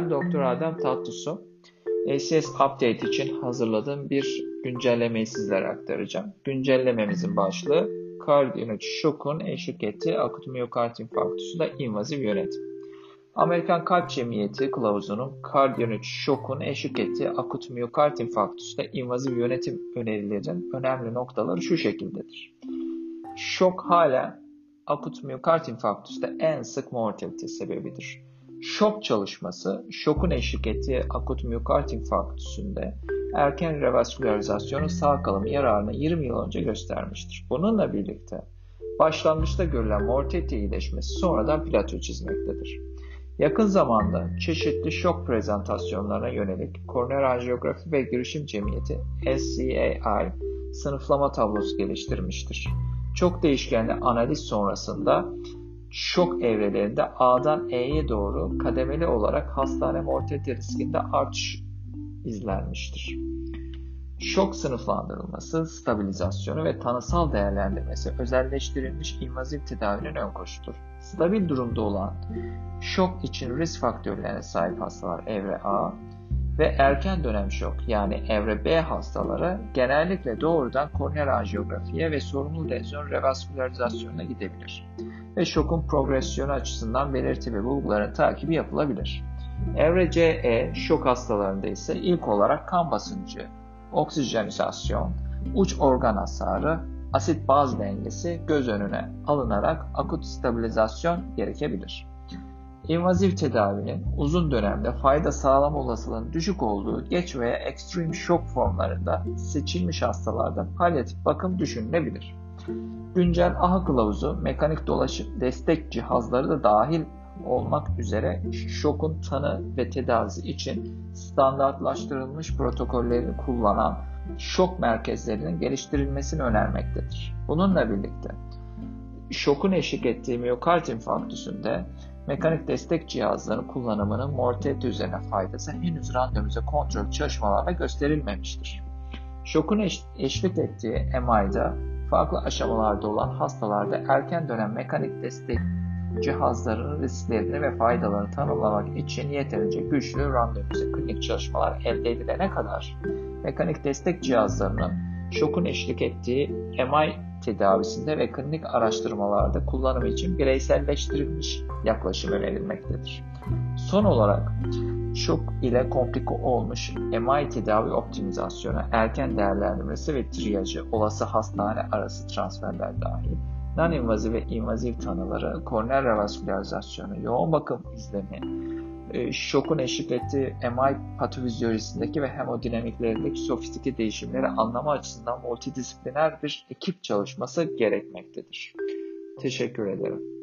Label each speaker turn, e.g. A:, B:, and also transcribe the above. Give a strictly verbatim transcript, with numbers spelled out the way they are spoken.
A: Ben Doktor Adem Tatlısu. A C S Update için hazırladığım bir güncellemeyi sizlere aktaracağım. Güncellememizin başlığı kardiyolojik şokun eşlik ettiği akut miyokard infarktüsüyle invaziv yönetim. Amerikan Kalp Cemiyeti kılavuzunun kardiyolojik şokun eşlik ettiği akut miyokard infarktüsüyle invaziv yönetim önerilerin önemli noktaları şu şekildedir. Şok hala akut miyokard infarktüsünde en sık mortalite sebebidir. Şok çalışması, şokun eşlik ettiği akut miyokard infarktüsünde erken revaskülarizasyonun sağ kalım yararını yirmi yıl önce göstermiştir. Bununla birlikte başlangıçta görülen mortalite iyileşmesi sonradan plato çizmektedir. Yakın zamanda çeşitli şok prezentasyonlarına yönelik Koroner Anjiyografi ve Girişim Cemiyeti S C A I sınıflama tablosu geliştirmiştir. Çok değişkenli analiz sonrasında şok evrelerinde A'dan E'ye doğru kademeli olarak hastane mortalite riskinde artış izlenmiştir. Şok sınıflandırılması, stabilizasyonu ve tanısal değerlendirmesi özelleştirilmiş invazif tedavinin ön koşuludur. Stabil durumda olan şok için risk faktörlerine sahip hastalar evre A ve erken dönem şok yani evre B hastaları genellikle doğrudan koroner anjiyografiye ve sorumlu lezyon revaskülarizasyonuna gidebilir ve şokun progresyonu açısından belirti ve bulguların takibi yapılabilir. Evre C E şok hastalarında ise ilk olarak kan basıncı, oksijenizasyon, uç organ hasarı, asit baz dengesi göz önüne alınarak akut stabilizasyon gerekebilir. İnvazif tedavinin uzun dönemde fayda sağlama olasılığının düşük olduğu geç veya ekstrem şok formlarında seçilmiş hastalarda palyatif bakım düşünülebilir. Güncel A H A kılavuzu mekanik dolaşım destek cihazları da dahil olmak üzere şokun tanı ve tedavisi için standartlaştırılmış protokolleri kullanan şok merkezlerinin geliştirilmesini önermektedir. Bununla birlikte şokun eşlik ettiği miyokard infarktüsünde mekanik destek cihazlarının kullanımının mortalite üzerine faydası henüz randomize kontrol çalışmalarla gösterilmemiştir. Şokun eş- eşlik ettiği M I'da farklı aşamalarda olan hastalarda erken dönem mekanik destek cihazlarının risklerini ve faydalarını tanımlamak için yeterince güçlü randomize klinik çalışmalar elde edilene kadar mekanik destek cihazlarının şokun eşlik ettiği M I tedavisinde ve klinik araştırmalarda kullanımı için bireyselleştirilmiş yaklaşım önerilmektedir. Son olarak şok ile komplike olmuş M I tedavi optimizasyonu, erken değerlendirmesi ve triyajı, olası hastane arası transferler dahil, non-invazif ve invazif tanıları, koroner revaskülarizasyonu, yoğun bakım izlemi, şokun eşlik ettiği M I patofizyolojisindeki ve hemodinamiklerindeki sofistike değişimleri anlama açısından multidisipliner bir ekip çalışması gerekmektedir. Teşekkür ederim.